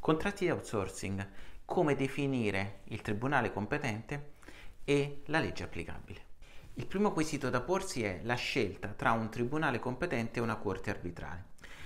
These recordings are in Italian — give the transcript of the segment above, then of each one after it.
Contratti di outsourcing, come definire il tribunale competente e la legge applicabile. Il primo quesito da porsi è la scelta tra un tribunale competente e una corte arbitrale.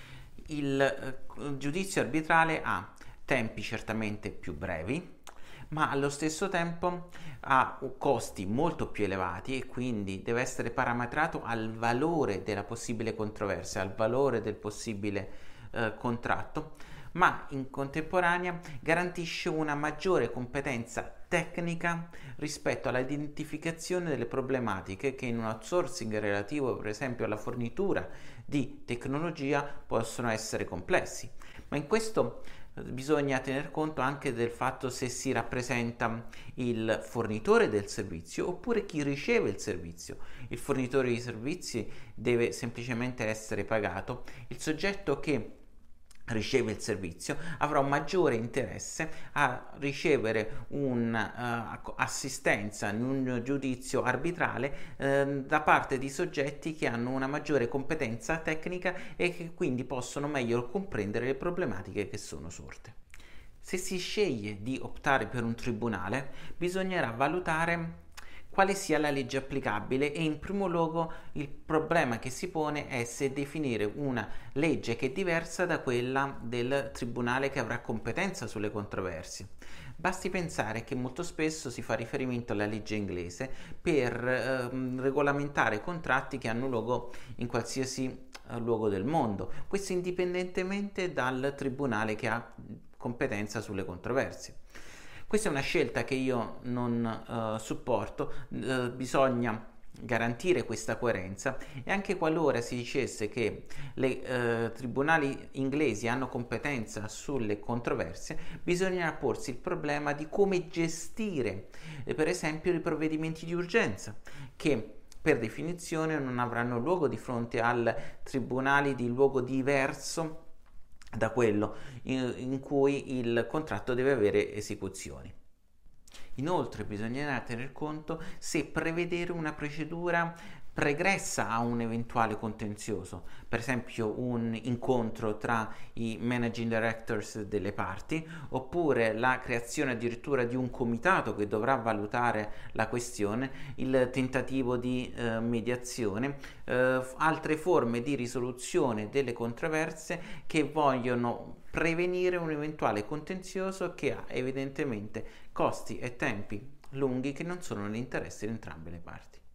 Il giudizio arbitrale ha tempi certamente più brevi, ma allo stesso tempo ha costi molto più elevati e quindi deve essere parametrato al valore della possibile controversia, al valore del possibile contratto, ma in contemporanea garantisce una maggiore competenza tecnica rispetto alla identificazione delle problematiche che in un outsourcing relativo per esempio alla fornitura di tecnologia possono essere complessi. Ma in questo bisogna tener conto anche del fatto se si rappresenta il fornitore del servizio oppure chi riceve il servizio. Il fornitore di servizi deve semplicemente essere pagato, il soggetto che riceve il servizio avrà un maggiore interesse a ricevere un'assistenza in un giudizio arbitrale da parte di soggetti che hanno una maggiore competenza tecnica e che quindi possono meglio comprendere le problematiche che sono sorte. Se si sceglie di optare per un tribunale, bisognerà valutare quale sia la legge applicabile e in primo luogo il problema che si pone è se definire una legge che è diversa da quella del tribunale che avrà competenza sulle controversie. Basti pensare che molto spesso si fa riferimento alla legge inglese per regolamentare contratti che hanno luogo in qualsiasi luogo del mondo, questo indipendentemente dal tribunale che ha competenza sulle controversie. Questa è una scelta che io non supporto, bisogna garantire questa coerenza e anche qualora si dicesse che i tribunali inglesi hanno competenza sulle controversie, bisogna porsi il problema di come gestire per esempio i provvedimenti di urgenza che per definizione non avranno luogo di fronte a tribunali di luogo diverso da quello in cui il contratto deve avere esecuzioni. Inoltre bisognerà tener conto se prevedere una procedura pregressa a un eventuale contenzioso, per esempio un incontro tra i managing directors delle parti, oppure la creazione addirittura di un comitato che dovrà valutare la questione, il tentativo di mediazione, altre forme di risoluzione delle controversie che vogliono prevenire un eventuale contenzioso che ha evidentemente costi e tempi lunghi che non sono nell'interesse di entrambe le parti.